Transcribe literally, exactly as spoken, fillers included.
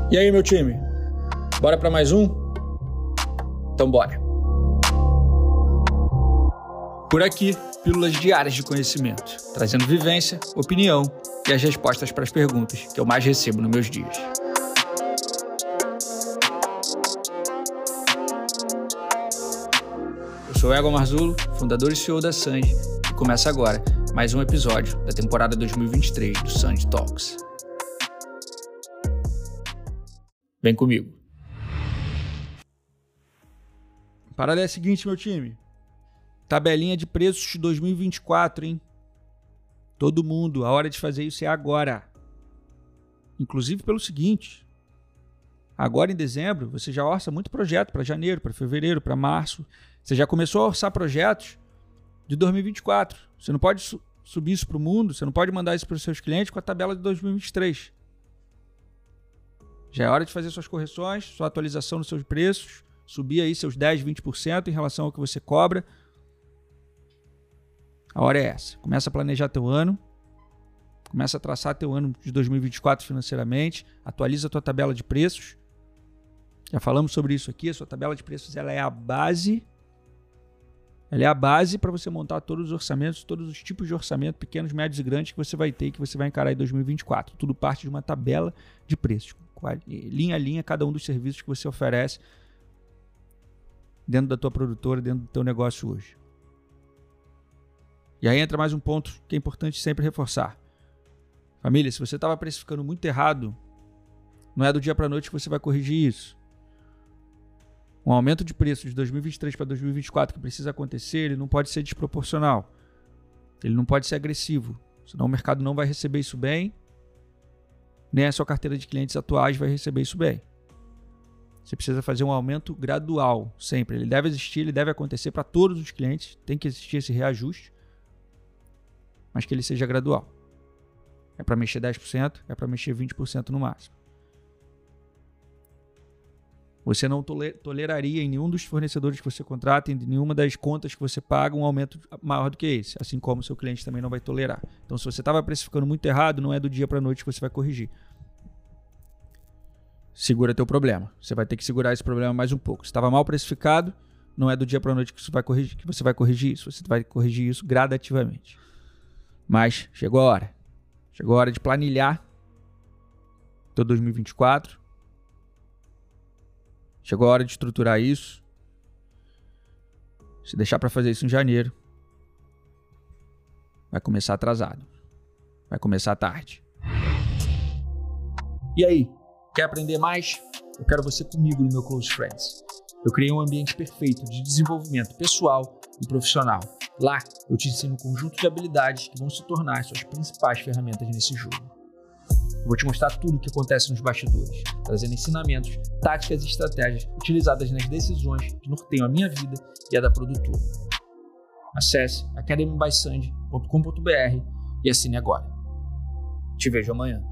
E aí, meu time? Bora para mais um? Então bora. Por aqui, pílulas diárias de conhecimento, trazendo vivência, opinião e as respostas para as perguntas que eu mais recebo nos meus dias. Eu sou Egon Marzullo, fundador e C E O da Sandy, e começa agora mais um episódio da temporada dois mil e vinte e três do Sandy Talks. Vem comigo. A parada é a seguinte, meu time. Tabelinha de preços de dois mil e vinte e quatro, hein? Todo mundo, a hora de fazer isso é agora. Inclusive pelo seguinte. Agora em dezembro, você já orça muito projeto para janeiro, para fevereiro, para março. Você já começou a orçar projetos de dois mil e vinte e quatro. Você não pode su- subir isso para o mundo, você não pode mandar isso para os seus clientes com a tabela de dois mil e vinte e três. Já é hora de fazer suas correções, sua atualização nos seus preços, subir aí seus dez, vinte por cento em relação ao que você cobra. A hora é essa. Começa a planejar teu ano, começa a traçar teu ano de dois mil e vinte e quatro financeiramente, atualiza a tua tabela de preços. Já falamos sobre isso aqui, a sua tabela de preços ela é a base, ela é a base para você montar todos os orçamentos, todos os tipos de orçamento, pequenos, médios e grandes que você vai ter e que você vai encarar em dois mil e vinte e quatro. Tudo parte de uma tabela de preços, linha a linha, cada um dos serviços que você oferece dentro da tua produtora, dentro do teu negócio hoje. E aí entra mais um ponto que é importante sempre reforçar. Família, se você estava precificando muito errado, não é do dia para a noite que você vai corrigir isso. Um aumento de preço de dois mil e vinte e três para dois mil e vinte e quatro que precisa acontecer, ele não pode ser desproporcional. Ele não pode ser agressivo, senão o mercado não vai receber isso bem, nem a sua carteira de clientes atuais vai receber isso bem. Você precisa fazer um aumento gradual, sempre. Ele deve existir, ele deve acontecer para todos os clientes, tem que existir esse reajuste, mas que ele seja gradual. É para mexer dez por cento, é para mexer vinte por cento no máximo. Você não toleraria em nenhum dos fornecedores que você contrata, em nenhuma das contas que você paga, um aumento maior do que esse, assim como o seu cliente também não vai tolerar. Então, se você estava precificando muito errado, não é do dia para a noite que você vai corrigir. Segura teu problema. Você vai ter que segurar esse problema mais um pouco. Se estava mal precificado, não é do dia para a noite que você vai corrigir, que você vai corrigir isso. Você vai corrigir isso gradativamente. Mas chegou a hora. Chegou a hora de planilhar teu dois mil e vinte e quatro. Chegou a hora de estruturar isso. Se deixar para fazer isso em janeiro, vai começar atrasado. Vai começar tarde. E aí, quer aprender mais? Eu quero você comigo no meu Close Friends. Eu criei um ambiente perfeito de desenvolvimento pessoal e profissional. Lá, eu te ensino um conjunto de habilidades que vão se tornar suas principais ferramentas nesse jogo. Eu vou te mostrar tudo o que acontece nos bastidores, trazendo ensinamentos, táticas e estratégias utilizadas nas decisões que norteiam a minha vida e a da produtora. Acesse academy by sandy ponto com ponto b r e assine agora. Te vejo amanhã.